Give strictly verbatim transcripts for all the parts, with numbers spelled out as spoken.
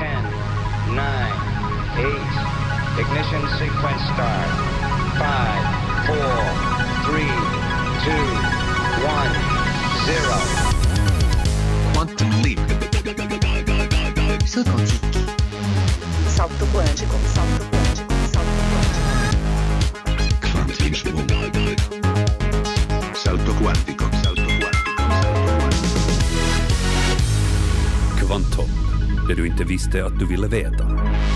ten, nine, eight, ignition sequence start, five, four, three, two, one, zero. Quantum leap. Salto quântico. Salto quântico. Salto quântico. Salto quântico. Kvantinsprung. Salto quantico. Salto quantico. Salto quantico. Kvanthopp, det du inte visste att du ville veta.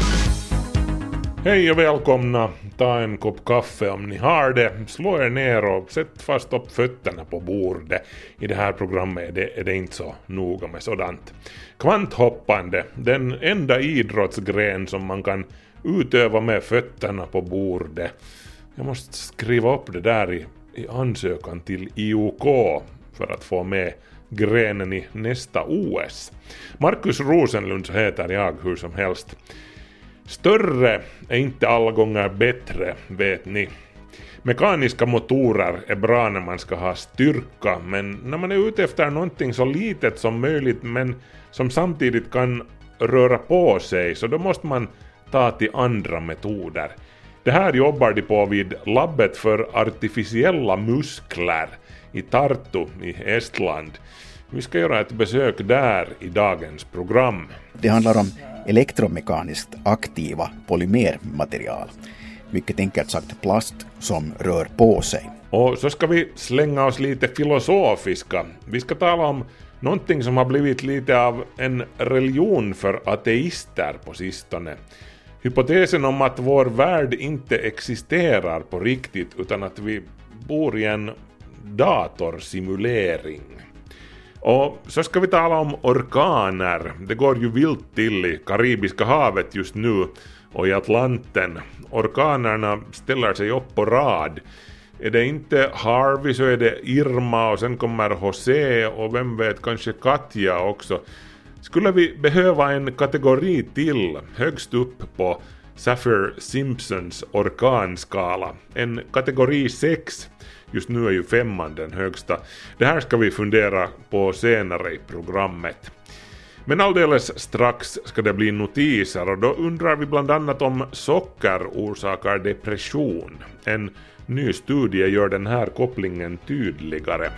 Hej och välkomna, ta en kopp kaffe om ni har det, slå er ner och sätt fast upp fötterna på bordet. I det här programmet är det, är det inte så noga med sådant. Kvanthoppande, den enda idrottsgren som man kan utöva med fötterna på bordet. Jag måste skriva upp det där i, i ansökan till I O K för att få med grenen i nästa O S. Markus Rosenlund så heter jag hur som helst. Större är inte alla gånger bättre, vet ni. Mekaniska motorer är bra när man ska ha styrka, men när man är ute efter någonting så litet som möjligt men som samtidigt kan röra på sig, så då måste man ta till andra metoder. Det här jobbar de på vid labbet för artificiella muskler i Tartu i Estland. Vi ska göra ett besök där i dagens program. Det handlar om elektromekaniskt aktiva polymermaterial. Mycket enkelt sagt plast som rör på sig. Och så ska vi slänga oss lite filosofiska. Vi ska tala om någonting som har blivit lite av en religion för ateister på sistone. Hypotesen om att vår värld inte existerar på riktigt utan att vi bor i en datorsimulering. Och så ska vi tala om orkaner. Det går ju vilt till i Karibiska havet just nu och i Atlanten. Orkanerna ställer sig upp på rad. Är det inte Harvey så är det Irma och sen kommer Jose och vem vet kanske Katja också. Skulle vi behöva en kategori till högst upp på Saffir-Simpsons orkanskala. En kategori sex. Just nu är ju femman den högsta. Det här ska vi fundera på senare i programmet. Men alldeles strax ska det bli notiser och då undrar vi bland annat om socker orsakar depression. En ny studie gör den här kopplingen tydligare.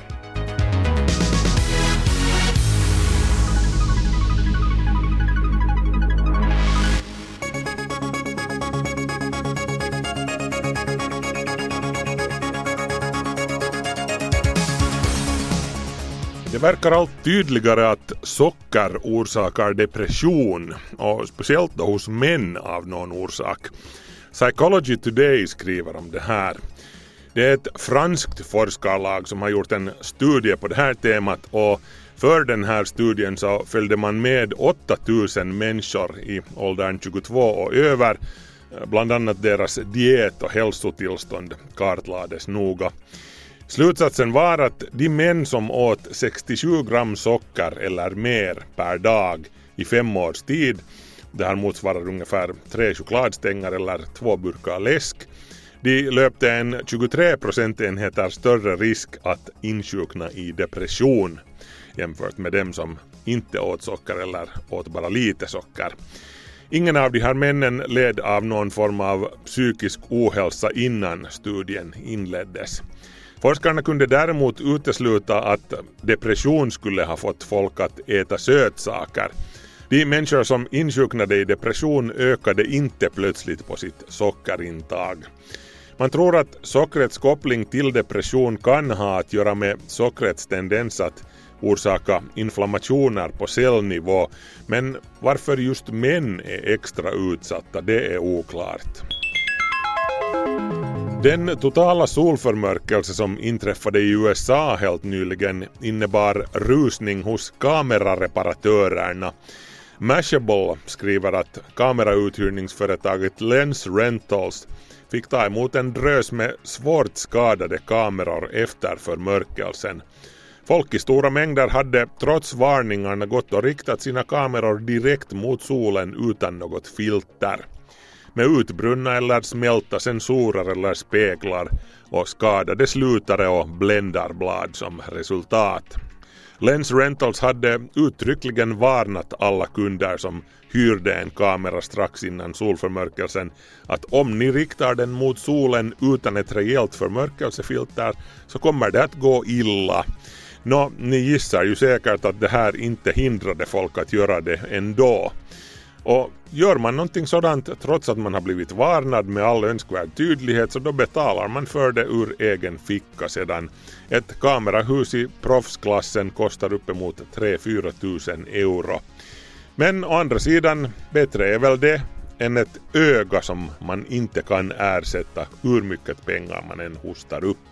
Det verkar allt tydligare att socker orsakar depression och speciellt då hos män av någon orsak. Psychology Today skriver om det här. Det är ett franskt forskarlag som har gjort en studie på det här temat och för den här studien så följde man med åtta tusen människor i åldern tjugotvå och över. Bland annat deras diet och hälsotillstånd kartlades noga. Slutsatsen var att de män som åt sextiosju gram socker eller mer per dag i fem års tid, det här motsvarar ungefär tre chokladstänger eller två burkar läsk, de löpte en tjugotre procentenheter större risk att insjukna i depression jämfört med dem som inte åt socker eller åt bara lite socker. Ingen av de här männen led av någon form av psykisk ohälsa innan studien inleddes. Forskarna kunde däremot utesluta att depression skulle ha fått folk att äta sötsaker. De människor som insjuknade i depression ökade inte plötsligt på sitt sockerintag. Man tror att sockrets koppling till depression kan ha att göra med sockrets tendens att orsaka inflammationer på cellnivå, men varför just män är extra utsatta, det är oklart. Den totala solförmörkelse som inträffade i U S A helt nyligen innebar rusning hos kamerareparatörerna. Mashable skriver att kamerauthyrningsföretaget Lens Rentals fick ta emot en drös med svårt skadade kameror efter förmörkelsen. Folk i stora mängder hade trots varningarna gått och riktat sina kameror direkt mot solen utan något filter. Med utbrunna eller smälta sensorer eller speglar och skadade slutare och bländarblad som resultat. Lens Rentals hade uttryckligen varnat alla kunder som hyrde en kamera strax innan solförmörkelsen att om ni riktar den mot solen utan ett rejält förmörkelsefilter så kommer det att gå illa. Nå, ni gissar ju säkert att det här inte hindrade folk att göra det ändå. Och gör man någonting sådant trots att man har blivit varnad med all önskvärd tydlighet så då betalar man för det ur egen ficka sedan. Ett kamerahus i proffsklassen kostar uppemot tre till fyra tusen euro. Men å andra sidan, bättre är väl det än ett öga som man inte kan ersätta hur mycket pengar man än hostar upp.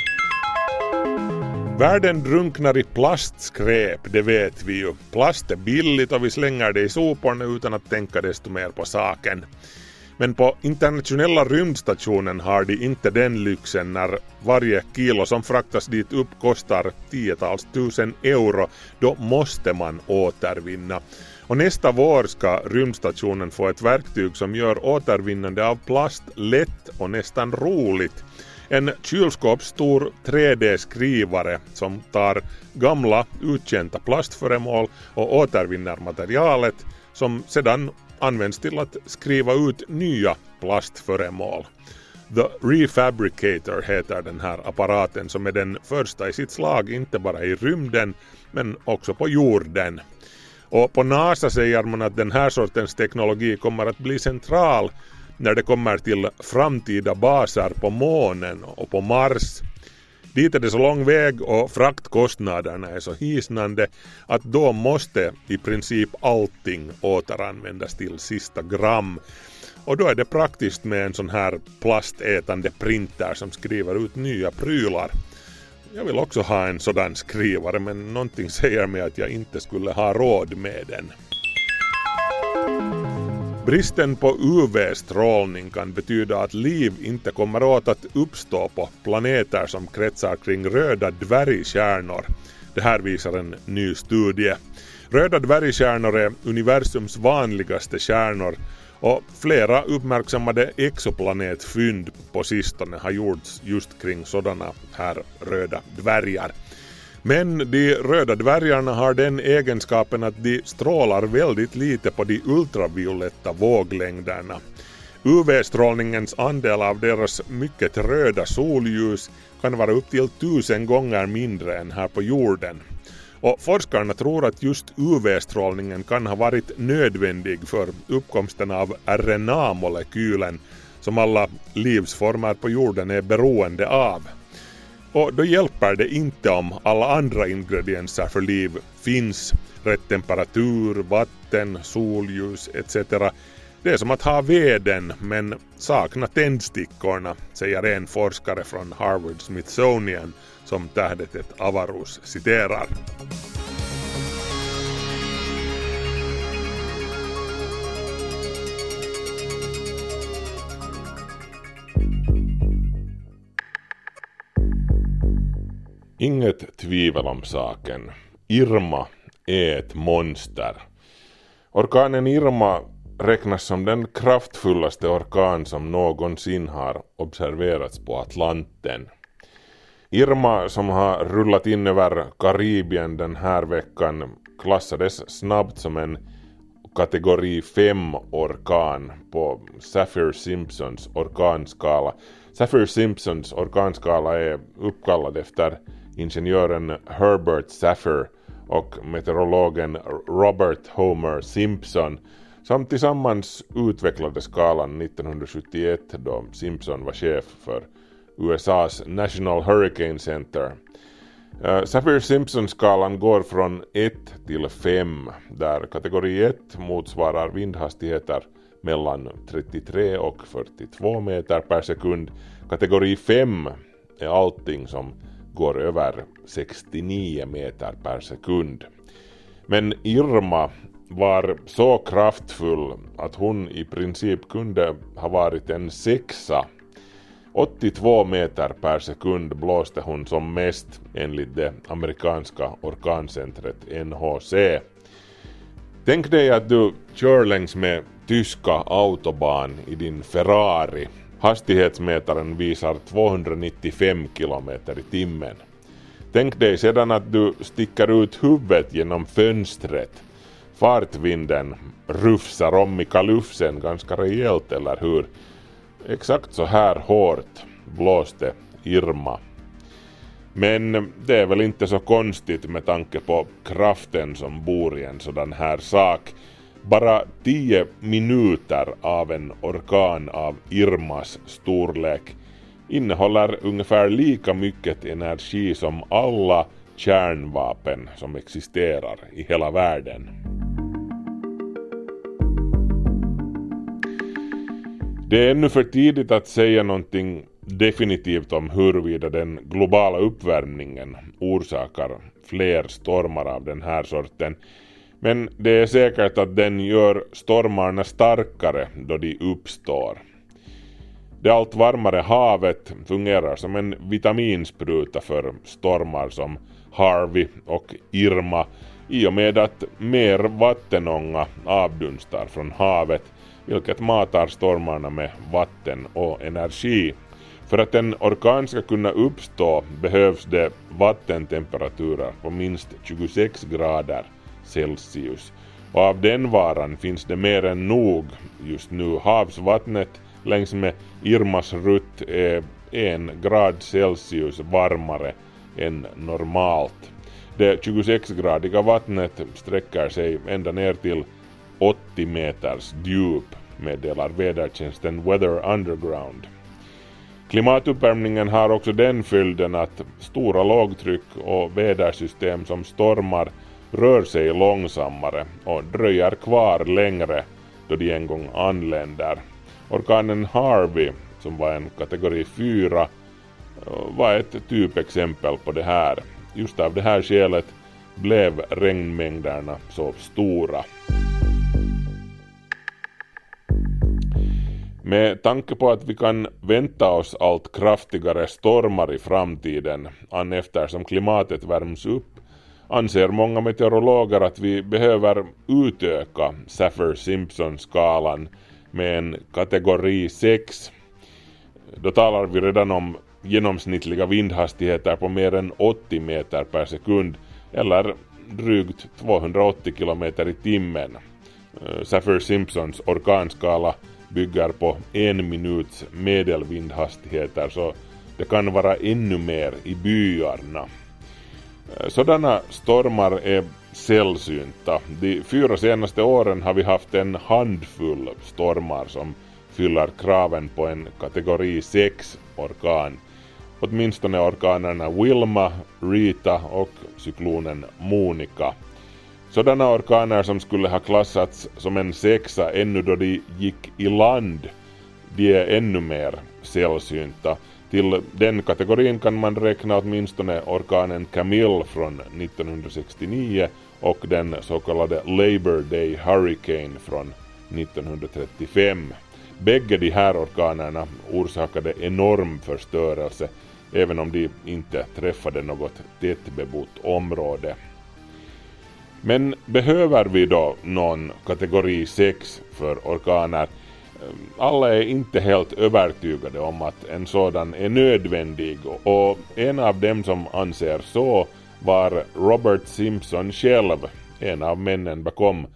Världen drunknar i plastskräp, det vet vi ju. Plast är billigt och vi slänger det i soporna utan att tänka desto mer på saken. Men på internationella rymdstationen har de inte den lyxen när varje kilo som fraktas dit upp kostar tiotals tusen euro. Då måste man återvinna. Och nästa vår ska rymdstationen få ett verktyg som gör återvinnande av plast lätt och nästan roligt. En kylskåpsstor tre D-skrivare som tar gamla uttjänta plastföremål och återvinner materialet som sedan används till att skriva ut nya plastföremål. The Refabricator heter den här apparaten som är den första i sitt slag inte bara i rymden men också på jorden. Och på NASA säger man att den här sortens teknologi kommer att bli central när det kommer till framtida baser på månen och på Mars. Dit är det så lång väg och fraktkostnaderna är så hisnande att då måste i princip allting återanvändas till sista gram. Och då är det praktiskt med en sån här plastätande printer som skriver ut nya prylar. Jag vill också ha en sådan skrivare men någonting säger mig att jag inte skulle ha råd med den. Bristen på U V-strålning kan betyda att liv inte kommer åt att uppstå på planeter som kretsar kring röda dvärgstjärnor. Det här visar en ny studie. Röda dvärgstjärnor är universums vanligaste stjärnor och flera uppmärksammade exoplanetfynd på sistone har gjorts just kring sådana här röda dvärgar. Men de röda dvärgarna har den egenskapen att de strålar väldigt lite på de ultravioletta våglängderna. U V-strålningens andel av deras mycket röda solljus kan vara upp till tusen gånger mindre än här på jorden. Och forskarna tror att just U V-strålningen kan ha varit nödvändig för uppkomsten av R N A-molekylen som alla livsformer på jorden är beroende av. Och då hjälper det inte om alla andra ingredienser för liv finns, rätt temperatur, vatten, solljus et cetera. Det är som att ha veden men sakna tändstickorna, säger en forskare från Harvard Smithsonian som tähdetet Avarus citerar. Inget tvivel om saken. Irma är ett monster. Orkanen Irma räknas som den kraftfullaste orkan som någonsin har observerats på Atlanten. Irma som har rullat in över Karibien den här veckan klassades snabbt som en kategori fem orkan på Saffir-Simpsons orkanskala. Saffir-Simpsons orkanskala är uppkallad efter ingenjören Herbert Saffir och meteorologen Robert Homer Simpson som tillsammans utvecklade skalan nittonhundrasjuttioett då Simpson var chef för U S A's National Hurricane Center. Uh, Saffir-Simpson-skalan går från ett till fem där kategori ett motsvarar vindhastigheter mellan trettiotre och fyrtiotvå meter per sekund. Kategori fem är allting som går över sextionio meter per sekund. Men Irma var så kraftfull att hon i princip kunde ha varit en sexa. åttiotvå meter per sekund blåste hon som mest enligt det amerikanska orkancentret N H C. Tänk dig att du kör längs med tyska autobahn i din Ferrari. Hastighetsmätaren visar tvåhundranittiofem kilometer i timmen. Tänk dig sedan att du sticker ut huvudet genom fönstret. Fartvinden rufsar om i kalufsen ganska rejält, eller hur? Exakt så här hårt blåste Irma. Men det är väl inte så konstigt med tanke på kraften som bor i en sådan här sak. Bara tio minuter av en orkan av Irmas storlek innehåller ungefär lika mycket energi som alla kärnvapen som existerar i hela världen. Det är ännu för tidigt att säga någonting definitivt om huruvida den globala uppvärmningen orsakar fler stormar av den här sorten. Men det är säkert att den gör stormarna starkare då de uppstår. Det allt varmare havet fungerar som en vitaminspruta för stormar som Harvey och Irma i och med att mer vattenånga avdunstar från havet, vilket matar stormarna med vatten och energi. För att en orkan ska kunna uppstå behövs det vattentemperaturer på minst tjugosex grader Celsius. Och av den varan finns det mer än nog just nu. Havsvattnet längs med Irmas rutt är en grad Celsius varmare än normalt. Det tjugosexgradiga vattnet sträcker sig ända ner till åttio meters djup, meddelar vädertjänsten Weather Underground. Klimatuppvärmningen har också den följden att stora lågtryck och vädersystem som stormar rör sig långsammare och dröjer kvar längre då de en gång anländer. Orkanen Harvey, som var en kategori fyra, var ett typexempel på det här. Just av det här skälet blev regnmängderna så stora. Med tanke på att vi kan vänta oss allt kraftigare stormar i framtiden, an eftersom klimatet värms upp, anser många meteorologer att vi behöver utöka Saffir-Simpson-skalan med en kategori sex. Då talar vi redan om genomsnittliga vindhastigheter på mer än åttio meter per sekund eller drygt tvåhundraåttio kilometer i timmen. Saffir-Simpsons orkanskala bygger på en minuts medelvindhastigheter, så det kan vara ännu mer i byarna. Sådana stormar är sällsynta. De fyra senaste åren har vi haft en handfull stormar som fyller kraven på en kategori sex orkan. Åtminstone orkanerna Wilma, Rita och cyklonen Monica. Sådana orkaner som skulle ha klassats som en sexa ännu då de gick i land, de är ännu mer sällsynta. Till den kategorin kan man räkna åtminstone orkanen Camille från nittonhundrasextionio och den så kallade Labor Day Hurricane från nittonhundratrettiofem. Bägge de här orkanerna orsakade enorm förstörelse, även om de inte träffade något tättbebott område. Men behöver vi då någon kategori sex för orkaner? Alla är inte helt övertygade om att en sådan är nödvändig, och en av dem som anser så var Robert Simpson själv, en av männen bakom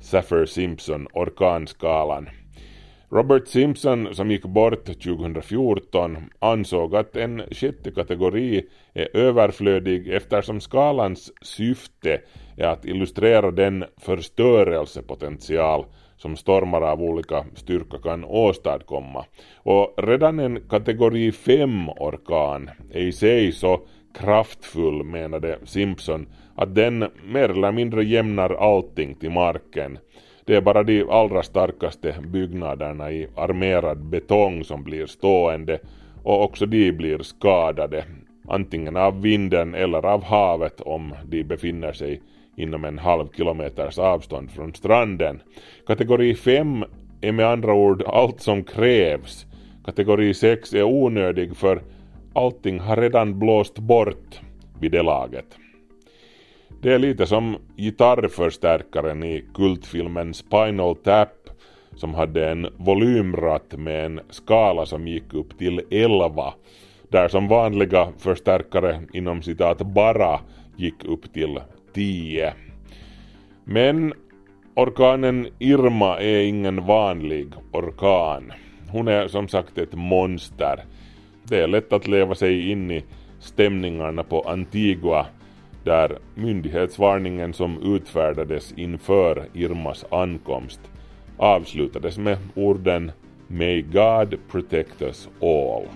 Saffir-Simpson-orkanskalan. Robert Simpson, som gick bort tjugohundrafjorton, ansåg att en sjätte kategori är överflödig eftersom skalans syfte är att illustrera den förstörelsepotential som stormar av olika styrka kan åstadkomma. Och redan en kategori fem orkan är i sig så kraftfull, menade Simpson, att den mer eller mindre jämnar allting till marken. Det är bara de allra starkaste byggnaderna i armerad betong som blir stående, och också de blir skadade, antingen av vinden eller av havet om de befinner sig inom en halv kilometers avstånd från stranden. Kategori fem är med andra ord allt som krävs. Kategori sex är onödig för allting har redan blåst bort vid det laget. Det är lite som gitarrförstärkaren i kultfilmen Spinal Tap, som hade en volymratt med en skala som gick upp till elva. där som vanliga förstärkare inom citat bara gick upp till tio. Men orkanen Irma är ingen vanlig orkan. Hon är som sagt ett monster. Det är lätt att leva sig in i stämningarna på Antigua, där myndighetsvarningen som utfärdades inför Irmas ankomst avslutades med orden "May God protect us all".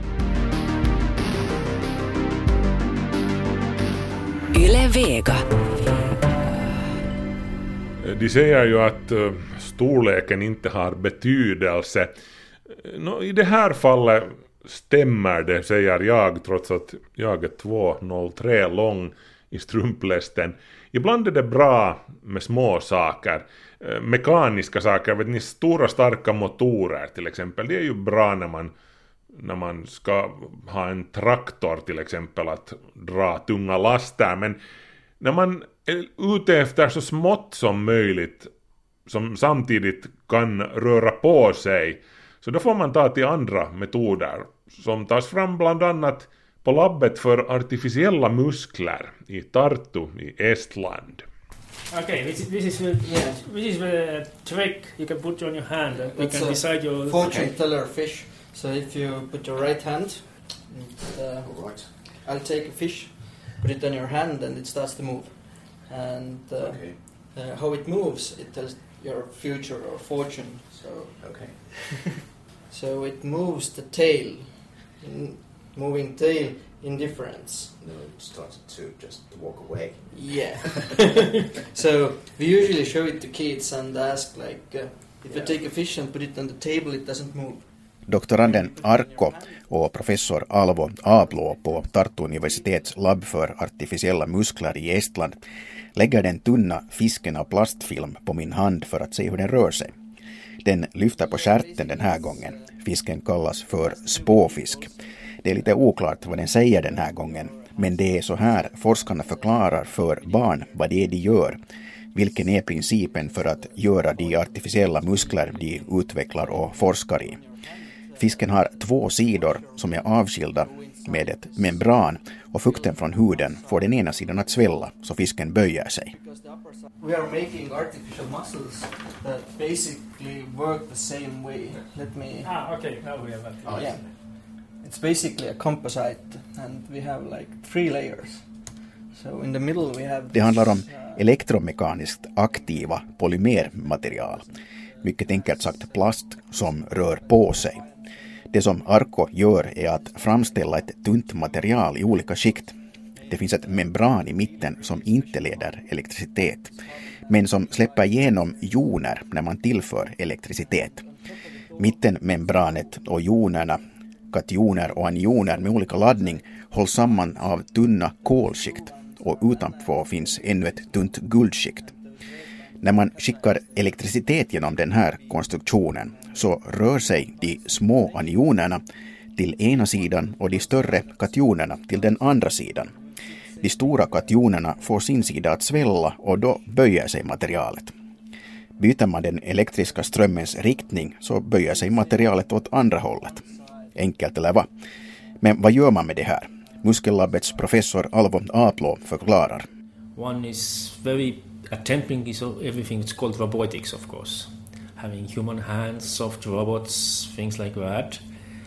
Yle Vega. De säger ju att uh, storleken inte har betydelse. Nå, i det här fallet stämmer det, säger jag, trots att jag är två komma noll tre lång i strumplästen. Ibland är det bra med små saker, uh, mekaniska saker. Vet ni, stora starka motorer till exempel, det är ju bra när man när man ska ha en traktor till exempel att dra tunga laster, men när man är ute efter så smått som möjligt som samtidigt kan röra på sig, så då får man ta till andra metoder som tas fram bland annat på labbet för artificiella muskler i Tartu i Estland. Okay, this is this is the, yeah, this is the trick you can put on your hand and you It's can a decide your fortune teller fish. So if you put your right hand, uh, Right. I'll take a fish, put it on your hand, and it starts to move. And uh, Okay. uh, how it moves, it tells your future or fortune. So Okay. so it moves the tail, in moving tail in difference. No, it started to just walk away. Yeah. So we usually show it to kids and ask like, uh, if you take a fish and put it on the table, it doesn't move. Doktoranden Arko och professor Alvo Aaplå på Tartu universitets labb för artificiella muskler i Estland lägger den tunna fisken av plastfilm på min hand för att se hur den rör sig. Den lyfter på skärten den här gången. Fisken kallas för spåfisk. Det är lite oklart vad den säger den här gången, men det är så här forskarna förklarar för barn vad det är de gör. Vilken är principen för att göra de artificiella muskler de utvecklar och forskar i. Fisken har två sidor som är avskilda med ett membran, och fukten från huden får den ena sidan att svälla så fisken böjer sig. We are making artificial muscles that basically work the same way. Let me... Ah, okay, now we have that. Oh, yeah. It's basically a composite and we have like three layers. So in the middle we have... Det handlar om elektromekaniskt aktiva polymermaterial. Mycket enkelt sagt plast som rör på sig. Det som Arko gör är att framställa ett tunt material i olika skikt. Det finns ett membran i mitten som inte leder elektricitet, men som släpper igenom joner när man tillför elektricitet. Mittenmembranet och jonerna, kationer och anioner med olika laddning, hålls samman av tunna kolskikt, och utanpå finns ännu ett tunt guldskikt. När man skickar elektricitet genom den här konstruktionen så rör sig de små anionerna till ena sidan och de större kationerna till den andra sidan. De stora kationerna får sin sida att svälla och då böjer sig materialet. Byter man den elektriska strömmens riktning så böjer sig materialet åt andra hållet. Enkelt eller vad? Men vad gör man med det här? Muskellabbets professor Alvo Aaplå förklarar. One is very attempting is everything it's called robotics, of course. Having human hands, soft robots, things like that.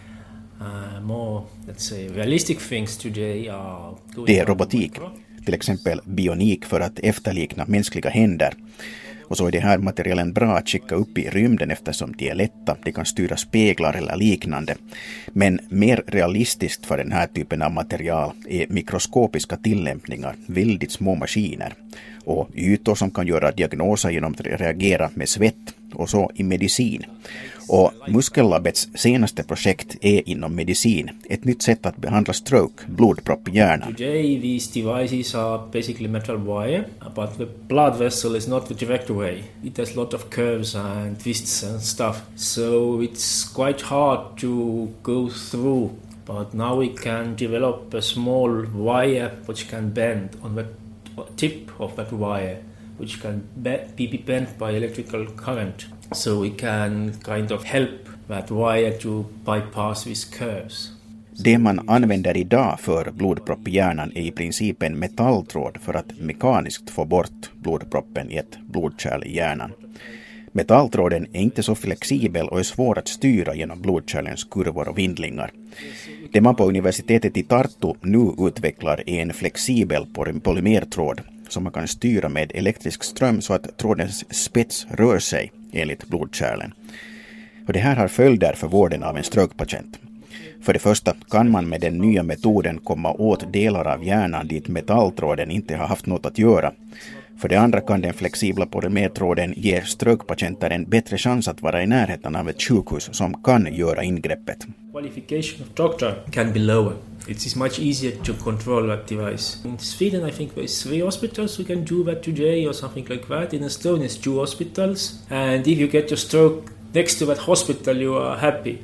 Uh, more, let's say, realistic things today are... Det är robotik, till exempel bionik för att efterlikna mänskliga händer. Och så är det här materialen bra att skicka upp i rymden eftersom de är lätta, de kan styra speglar eller liknande. Men mer realistiskt för den här typen av material är mikroskopiska tillämpningar, väldigt små maskiner. Och ytor som kan göra diagnoser genom att reagera med svett, och så i medicin. Och Muskellabbets senaste projekt är inom medicin, ett nytt sätt att behandla stroke, blodpropp i hjärnan. Today these devices are basically metal wire, but the blood vessel is not the direct way. It has a lot of curves and twists and stuff, so it's quite hard to go through. But now we can develop a small wire which can bend on the tip of that wire, which can be, be bent by electrical current. So we can kind of help that wire to bypass these curves. Det man använder idag för blodpropp i hjärnan är i princip en metalltråd för att mekaniskt få bort blodproppen i ett blodkärl i hjärnan. Metalltråden är inte så flexibel och är svår att styra genom blodkärlens kurvor och vindlingar. Det man på universitetet i Tartu nu utvecklar är en flexibel polymertråd som man kan styra med elektrisk ström så att trådens spets rör sig enligt blodkärlen. Och det här har följder för vården av en strokepatient. För det första kan man med den nya metoden komma åt delar av hjärnan dit metalltråden inte har haft något att göra. För det andra kan den flexibla polymertråden ge strokepatienter en bättre chans att vara i närheten av ett sjukhus som kan göra ingreppet. Qualification of doctor can be lower. It's much easier to control that device. In Sweden, I think there's three hospitals who can do that today or something like that. In Estonia, it's two hospitals. And if you get your stroke next to that hospital, you are happy.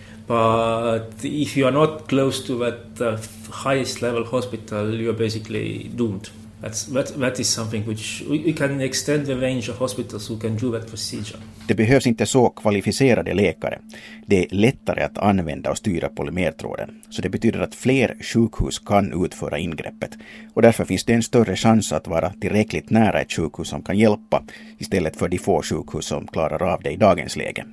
But if you are not close to that uh, highest level hospital, you are basically doomed. That's, that, that is something which we, we can extend the range of hospitals who can do that procedure. Det behövs inte så kvalificerade läkare. Det är lättare att använda och styra polymertråden. Så det betyder att fler sjukhus kan utföra ingreppet. Och därför finns det en större chans att vara tillräckligt nära ett sjukhus som kan hjälpa istället för de få sjukhus som klarar av det i dagens läge.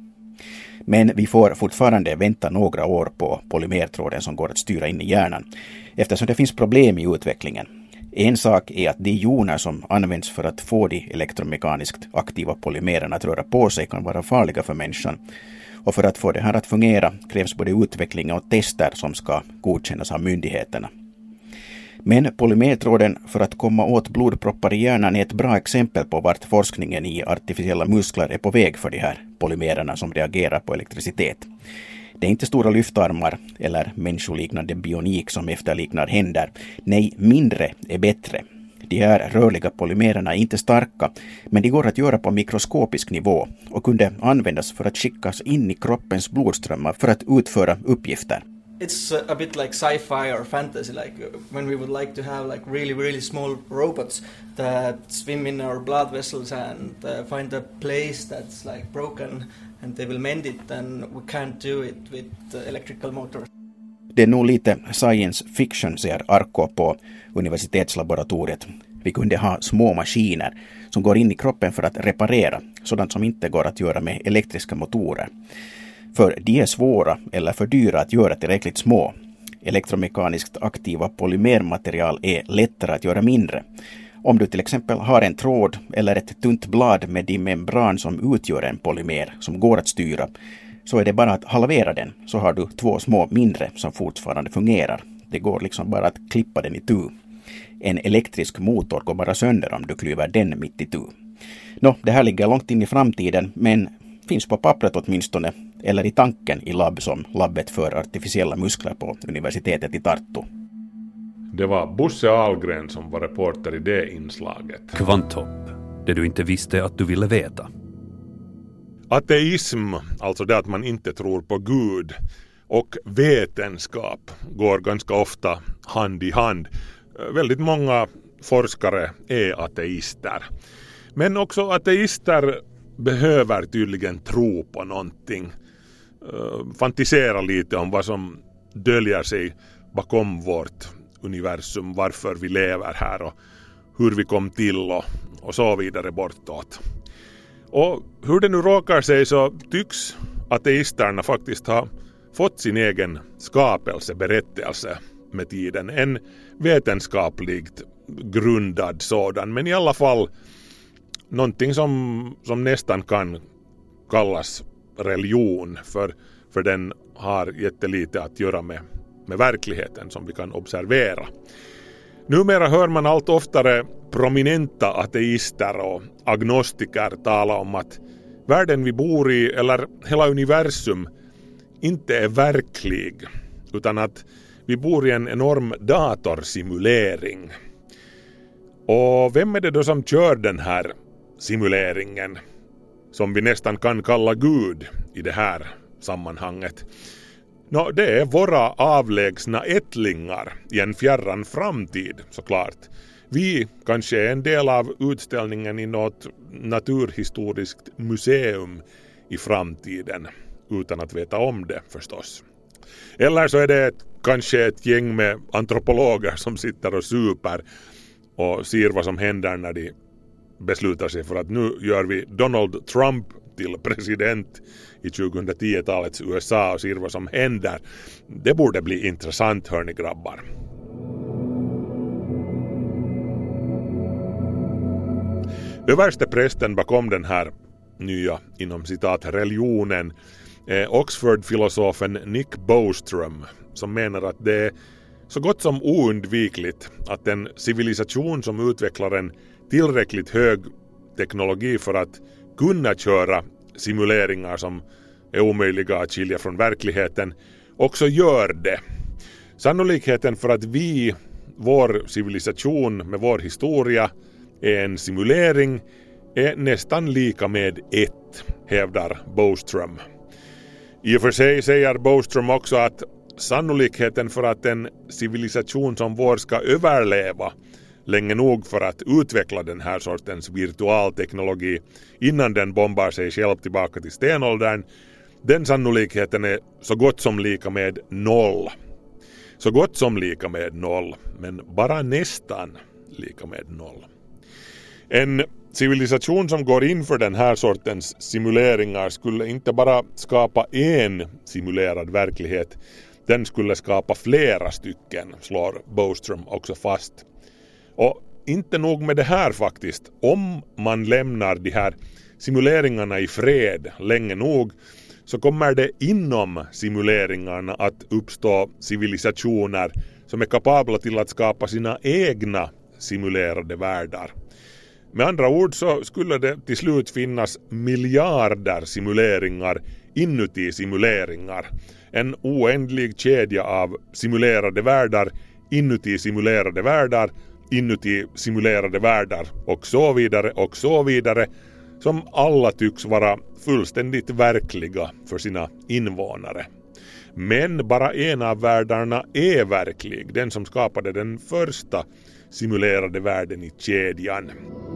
Men vi får fortfarande vänta några år på polymertråden som går att styra in i hjärnan eftersom det finns problem i utvecklingen. En sak är att de joner som används för att få de elektromekaniskt aktiva polymererna att röra på sig kan vara farliga för människan. Och för att få det här att fungera krävs både utveckling och tester som ska godkännas av myndigheterna. Men polymertråden för att komma åt blodproppar i hjärnan är ett bra exempel på vart forskningen i artificiella muskler är på väg för de här polymererna som reagerar på elektricitet. Det är inte stora lyftarmar eller människoliknande bionik som efterliknar händer. Nej, mindre är bättre. De här rörliga polymererna är inte starka, men de går att göra på mikroskopisk nivå och kunde användas för att skickas in i kroppens blodströmmar för att utföra uppgifter. It's a bit like sci-fi or fantasy, like when we would like to have like really, really small robots that swim in our blood vessels and uh, find a place that's like broken and they will mend it, and we can't do it with uh, electrical motors. Det är nog lite science fiction, säger Arko på universitetslaboratoriet. Vi kunde ha små maskiner som går in i kroppen för att reparera sådant som inte går att göra med elektriska motorer. För de är svåra eller för dyra att göra tillräckligt små. Elektromekaniskt aktiva polymermaterial är lättare att göra mindre. Om du till exempel har en tråd eller ett tunt blad med din membran som utgör en polymer som går att styra, så är det bara att halvera den, så har du två små mindre som fortfarande fungerar. Det går liksom bara att klippa den i tu. En elektrisk motor går bara sönder om du klyver den mitt i tu. Nå, det här ligger långt in i framtiden, men finns på pappret åtminstone, eller i tanken i labb som labbet för artificiella muskler på universitetet i Tartu. Det var Bosse Ahlgren som var reporter i det inslaget. Kvanthopp, det du inte visste att du ville veta. Ateism, alltså det att man inte tror på Gud, och vetenskap går ganska ofta hand i hand. Väldigt många forskare är ateister. Men också ateister behöver tydligen tro på någonting. Fantisera lite om vad som döljer sig bakom vårt universum, varför vi lever här och hur vi kom till och, och så vidare bortåt. Och hur det nu råkar sig så tycks ateisterna faktiskt ha fått sin egen skapelseberättelse med tiden. En vetenskapligt grundad sådan, men i alla fall någonting som, som nästan kan kallas religion, för, för den har jättelite att göra med, med verkligheten som vi kan observera. Numera hör man allt oftare prominenta ateister och agnostiker tala om att världen vi bor i, eller hela universum, inte är verklig, utan att vi bor i en enorm datorsimulering. Och vem är det då som kör den här simuleringen, som vi nästan kan kalla Gud i det här sammanhanget? Nå, det är våra avlägsna ättlingar i en fjärran framtid, såklart. Vi kanske är en del av utställningen i något naturhistoriskt museum i framtiden, utan att veta om det förstås. Eller så är det ett, kanske ett gäng med antropologer som sitter och super och ser vad som händer när de beslutar sig för att nu gör vi Donald Trump till president i tjugohundratio-talets U S A och ser vad som händer. Det borde bli intressant, hörni grabbar. Överste prästen bakom den här nya, inom citat, religionen är Oxford-filosofen Nick Bostrom, som menar att det är så gott som oundvikligt att en civilisation som utvecklar en tillräckligt hög teknologi för att kunna köra simuleringar som är omöjliga att skilja från verkligheten också gör det. Sannolikheten för att vi, vår civilisation med vår historia, är en simulering är nästan lika med ett, hävdar Bostrom. I och för sig säger Bostrom också att sannolikheten för att en civilisation som vår ska överleva länge nog för att utveckla den här sortens virtualteknologi innan den bombar sig själv tillbaka till stenåldern, den sannolikheten är så gott som lika med noll. Så gott som lika med noll, men bara nästan lika med noll. En civilisation som går in för den här sortens simuleringar skulle inte bara skapa en simulerad verklighet, den skulle skapa flera stycken, slår Bostrom också fast. Och inte nog med det här faktiskt, om man lämnar de här simuleringarna i fred länge nog så kommer det inom simuleringarna att uppstå civilisationer som är kapabla till att skapa sina egna simulerade världar. Med andra ord så skulle det till slut finnas miljarder simuleringar inuti simuleringar. En oändlig kedja av simulerade världar inuti simulerade världar inuti simulerade världar och så vidare och så vidare, som alla tycks vara fullständigt verkliga för sina invånare. Men bara en av världarna är verklig, den som skapade den första simulerade världen i kedjan.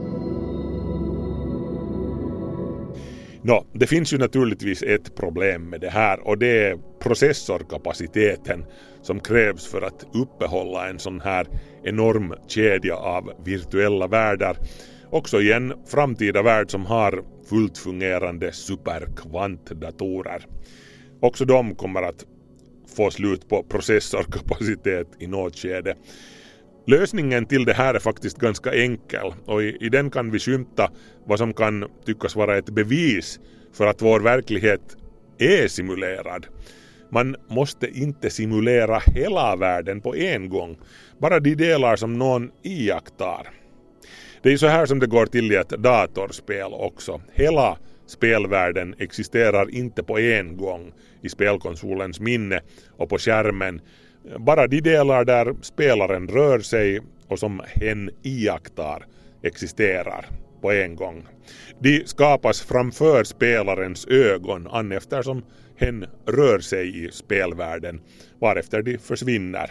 Nå, det finns ju naturligtvis ett problem med det här, och det är processorkapaciteten som krävs för att uppehålla en sån här enorm kedja av virtuella världar, också i en framtida värld som har fullt fungerande superkvantdatorer. Också de kommer att få slut på processorkapacitet i något skede. Lösningen till det här är faktiskt ganska enkel, och i, i den kan vi skymta vad som kan tyckas vara ett bevis för att vår verklighet är simulerad. Man måste inte simulera hela världen på en gång, bara de delar som någon iakttar. Det är så här som det går till i ett datorspel också. Hela spelvärlden existerar inte på en gång i spelkonsolens minne och på skärmen. Bara de delar där spelaren rör sig och som hen iakttar existerar på en gång. De skapas framför spelarens ögon an eftersom hen rör sig i spelvärlden, varefter de försvinner.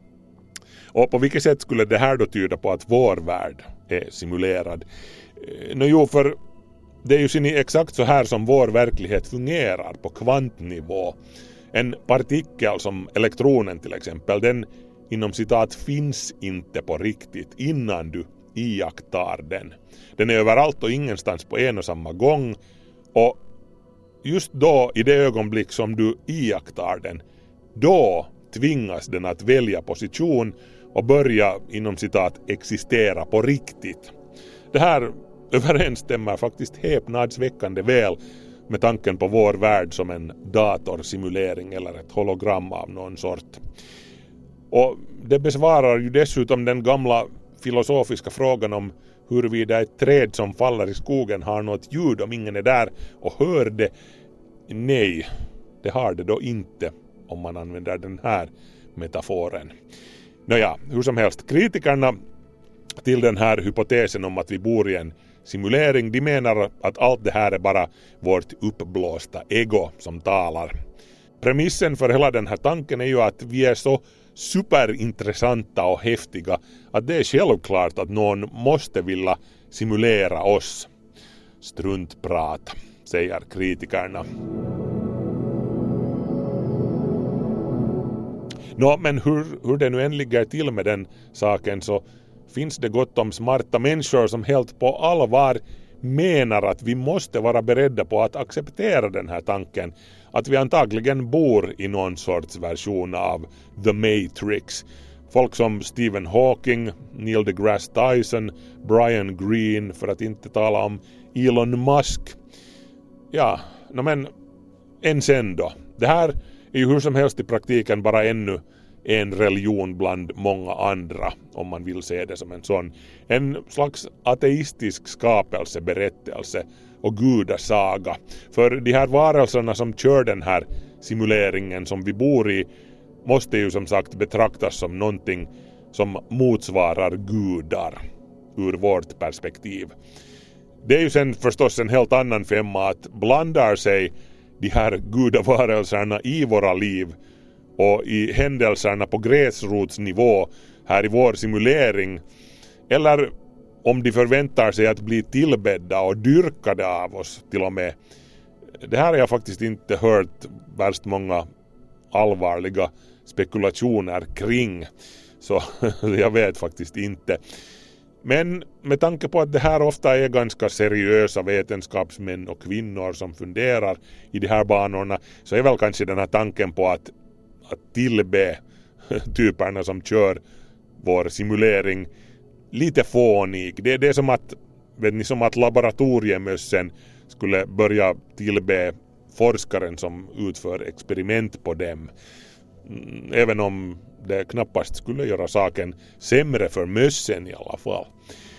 Och på vilket sätt skulle det här då tyda på att vår värld är simulerad? Nå jo, för det är ju sin exakt så här som vår verklighet fungerar på kvantnivå. En partikel som elektronen till exempel, den inom citat finns inte på riktigt innan du iakttar den. Den är överallt och ingenstans på en och samma gång, och just då, i det ögonblick som du iakttar den, då tvingas den att välja position och börja inom citat existera på riktigt. Det här överensstämmer faktiskt häpnadsväckande väl med tanken på vår värld som en datorsimulering eller ett hologram av någon sort. Och det besvarar ju dessutom den gamla filosofiska frågan om huruvida ett träd som faller i skogen har något ljud om ingen är där och hör det. Nej, det har det då inte om man använder den här metaforen. Nåja, hur som helst, kritikerna till den här hypotesen om att vi bor i en simulering, de menar att allt det här är bara vårt uppblåsta ego som talar. Premissen för hela den här tanken är ju att vi är så superintressanta och häftiga att det är självklart att någon måste vilja simulera oss. Struntprat, säger kritikerna. Nå, men hur, hur det nu än ligger till med den saken så finns det gott om smarta människor som helt på allvar menar att vi måste vara beredda på att acceptera den här tanken. Att vi antagligen bor i någon sorts version av The Matrix. Folk som Stephen Hawking, Neil deGrasse Tyson, Brian Greene, för att inte tala om Elon Musk. Ja, no men än sen då. Det här är ju hur som helst i praktiken bara ännu en religion bland många andra, om man vill se det som en sån. En slags ateistisk skapelseberättelse och gudasaga. För de här varelserna som kör den här simuleringen som vi bor i måste ju som sagt betraktas som någonting som motsvarar gudar ur vårt perspektiv. Det är ju sen förstås en helt annan femma att blandar sig de här gudavarelserna i våra liv och i händelserna på gräsrotsnivå här i vår simulering, eller om de förväntar sig att bli tillbedda och dyrkade av oss till och med. Det här har jag faktiskt inte hört värst många allvarliga spekulationer kring, så jag vet faktiskt inte. Men med tanke på att det här ofta är ganska seriösa vetenskapsmän och kvinnor som funderar i de här banorna, så är väl kanske den här tanken på att, att tillbe typerna som kör vår simulering lite fånig. Det, det är som att, vet ni, som att laboratoriemössen skulle börja tillbe forskaren som utför experiment på dem. Även om det knappast skulle göra saken sämre för mössen i alla fall.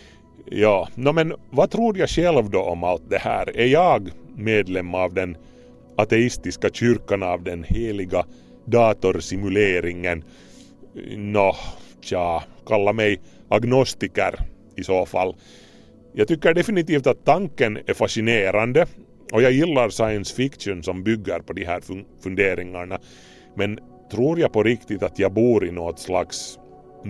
Ja, no, men vad tror jag själv då om allt det här? Är jag medlem av den ateistiska kyrkan av den heliga datorsimuleringen? Nå, tja, kalla mig agnostiker i så fall. Jag tycker definitivt att tanken är fascinerande och jag gillar science fiction som bygger på de här funderingarna. Men tror jag på riktigt att jag bor i något slags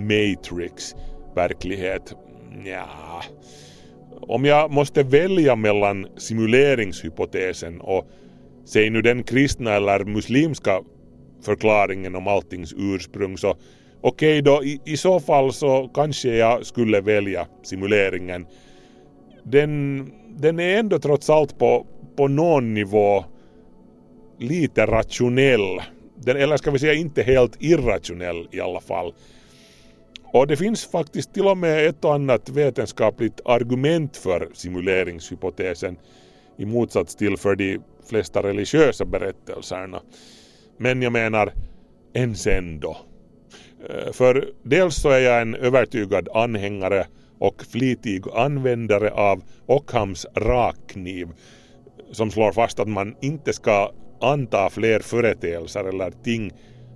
Matrix-verklighet? Ja. Om jag måste välja mellan simuleringshypotesen och säg nu den kristna eller muslimska förklaringen om alltings ursprung, så okej okay då, i, i så fall så kanske jag skulle välja simuleringen. Den, den är ändå trots allt på, på någon nivå lite rationell. Den, eller ska vi säga inte helt irrationell i alla fall. Och det finns faktiskt till och med ett och annat vetenskapligt argument för simuleringshypotesen i motsats till för de flesta religiösa berättelserna. Men jag menar, än sen då. För dels så är jag en övertygad anhängare och flitig användare av Ockhams rakkniv som slår fast att man inte ska anta fler företeelser eller ting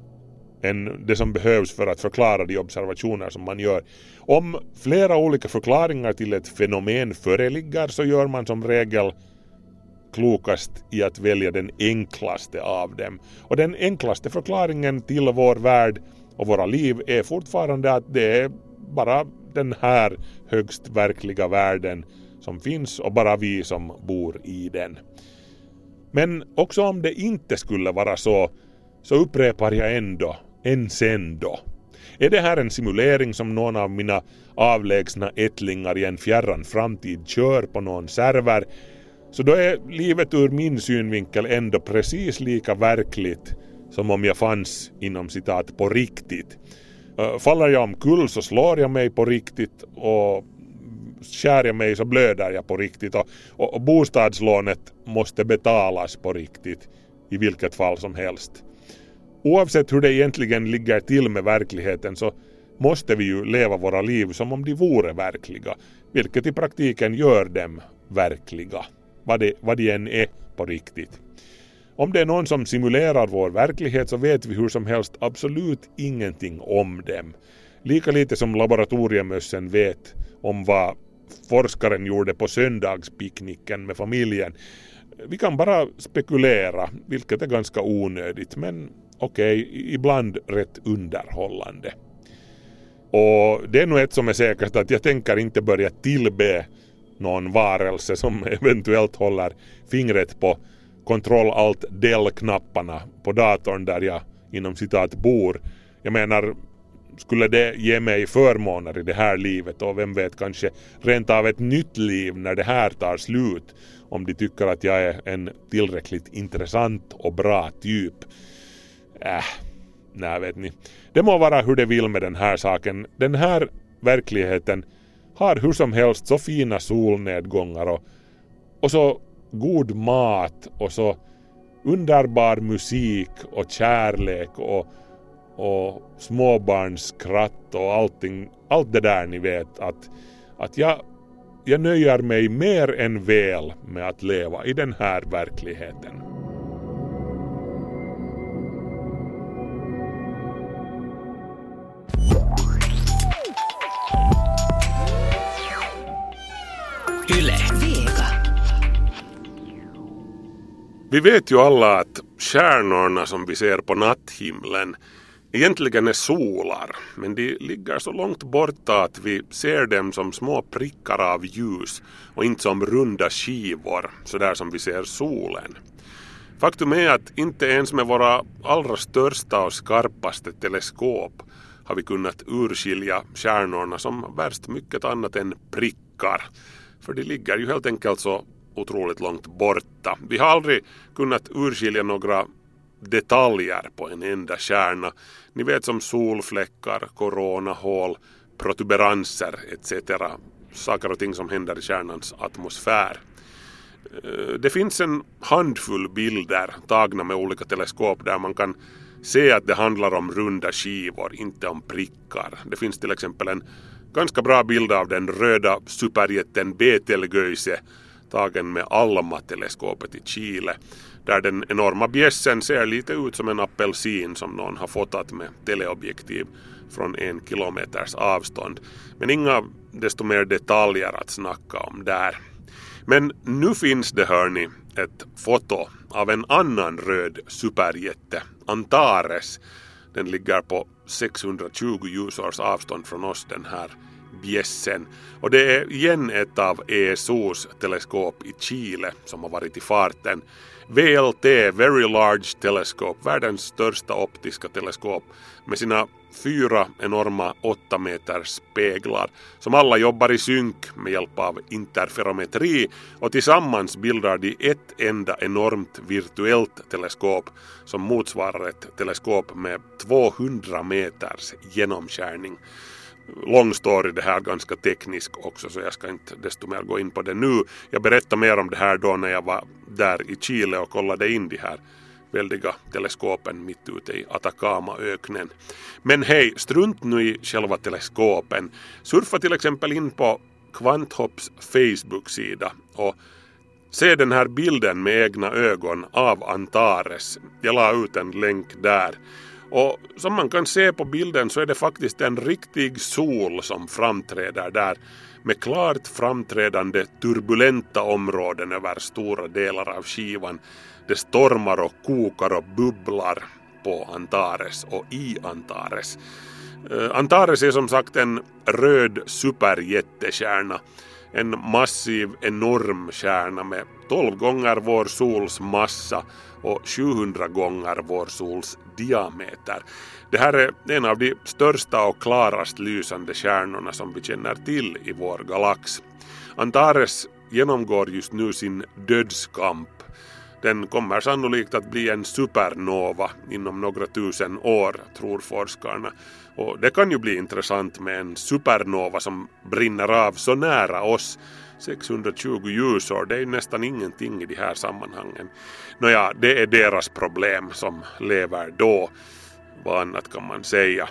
än det som behövs för att förklara de observationer som man gör. Om flera olika förklaringar till ett fenomen föreligger så gör man som regel klokast i att välja den enklaste av dem. Och den enklaste förklaringen till vår värld och våra liv är fortfarande att det är bara den här högst verkliga världen som finns och bara vi som bor i den. Men också om det inte skulle vara så, så upprepar jag ändå, än sen då. Är det här en simulering som någon av mina avlägsna ättlingar i en fjärran framtid kör på någon server, så då är livet ur min synvinkel ändå precis lika verkligt som om jag fanns inom citat på riktigt. Faller jag omkull så slår jag mig på riktigt och skär jag mig så blöder jag på riktigt och, och, och bostadslånet måste betalas på riktigt i vilket fall som helst. Oavsett hur det egentligen ligger till med verkligheten så måste vi ju leva våra liv som om de vore verkliga, vilket i praktiken gör dem verkliga, vad det, vad det än är på riktigt. Om det är någon som simulerar vår verklighet så vet vi hur som helst absolut ingenting om dem. Lika lite som laboratoriemössen vet om vad forskaren gjorde på söndagspicknicken med familjen. Vi kan bara spekulera, vilket är ganska onödigt, men okej, okay, ibland rätt underhållande. Och det är nog ett som är säkert, att jag tänker inte börja tillbe någon varelse som eventuellt håller fingret på kontroll alt del knapparna på datorn där jag inom citat bor Jag menar, skulle det ge mig förmåner i det här livet och vem vet kanske rent av ett nytt liv när det här tar slut, om de tycker att jag är en tillräckligt intressant och bra typ. Äh, nej vet ni. Det må vara hur det vill med den här saken. Den här verkligheten har hur som helst så fina solnedgångar och, och så god mat och så underbar musik och kärlek och, och småbarnsskratt och allting, allt det där ni vet att, att jag, jag nöjer mig mer än väl med att leva i den här verkligheten. Yle Vega. Vi vet ju alla att stjärnorna som vi ser på natthimlen egentligen är solar, men de ligger så långt borta att vi ser dem som små prickar av ljus och inte som runda skivor, så där som vi ser solen. Faktum är att inte ens med våra allra största och skarpaste teleskop har vi kunnat urskilja stjärnorna som värst mycket annat än prickar. För de ligger ju helt enkelt så otroligt långt borta. Vi har aldrig kunnat urskilja några detaljer på en enda stjärna. Ni vet som solfläckar, coronahål, protuberanser et cetera. Saker och ting som händer i stjärnans atmosfär. Det finns en handfull bilder tagna med olika teleskop där man kan se att det handlar om runda skivor, inte om prickar. Det finns till exempel en ganska bra bild av den röda superjätten Betelgeuse tagen med Alma-teleskopet i Chile, där den enorma bjässen ser lite ut som en apelsin som någon har fotat med teleobjektiv från en kilometers avstånd. Men inga desto mer detaljer att snacka om där. Men nu finns det, hörni, ett foto av en annan röd superjätte, Antares. Den ligger på sexhundratjugo ljusårs avstånd från oss, den här bjässen. Och det är igen ett av E S O:s teleskop i Chile som har varit i farten. V L T, Very Large Telescope, världens största optiska teleskop med sina fyra enorma åtta meters speglar som alla jobbar i synk med hjälp av interferometri, och tillsammans bildar de ett enda enormt virtuellt teleskop som motsvarar ett teleskop med tvåhundra meters genomskärning. Lång story, det här ganska teknisk också, så jag ska inte desto mer gå in på det nu. Jag berättar mer om det här då när jag var där i Chile och kollade in de här väldiga teleskopen mitt ute i Atacamaöknen. Men hej, strunt nu i själva teleskopen. Surfa till exempel in på Quanthopps Facebook-sida och se den här bilden med egna ögon av Antares. Jag la ut en länk där. Och som man kan se på bilden så är det faktiskt en riktig sol som framträder där, med klart framträdande turbulenta områden över stora delar av skivan. Det stormar och kokar och bubblar på Antares och i Antares. Uh, Antares är som sagt en röd superjättekärna. En massiv, enorm stjärna med tolv gånger vår sols massa och sjuhundra gånger vår sols diameter. Det här är en av de största och klarast lysande stjärnorna som vi känner till i vår galax. Antares genomgår just nu sin dödskamp. Den kommer sannolikt att bli en supernova inom några tusen år, tror forskarna. Och det kan ju bli intressant med en supernova som brinner av så nära oss. sexhundratjugo ljusår, det är ju nästan ingenting i de här sammanhangen. Nåja, det är deras problem som lever då. Vad annat kan man säga?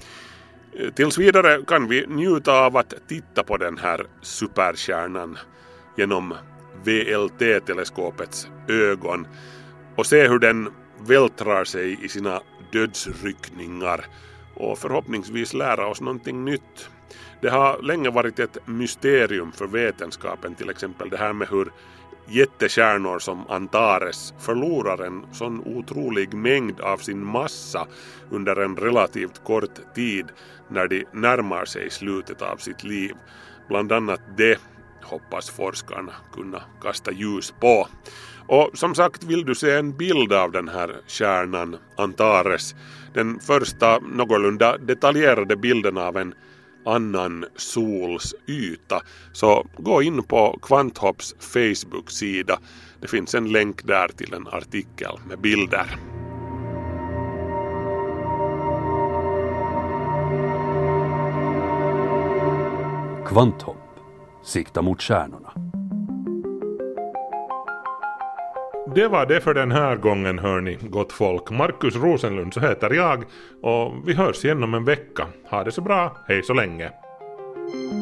Tills vidare kan vi njuta av att titta på den här superstjärnan genom V L T-teleskopets ögon och se hur den vältrar sig i sina dödsryckningar och förhoppningsvis lära oss någonting nytt. Det har länge varit ett mysterium för vetenskapen, till exempel det här med hur jättekärnor som Antares förlorar en sån otrolig mängd av sin massa under en relativt kort tid när de närmar sig slutet av sitt liv. Bland annat det hoppas forskarna kunna kasta ljus på. Och som sagt, vill du se en bild av den här stjärnan Antares, den första någorlunda detaljerade bilden av en annan sols yta, så gå in på Kvanthopps Facebook-sida. Det finns en länk där till en artikel med bilder. Kvanthopp. Sikta mot stjärnorna. Det var det för den här gången, hörni, gott folk. Markus Rosenlund så heter jag och vi hörs igen om en vecka. Ha det så bra, hej så länge.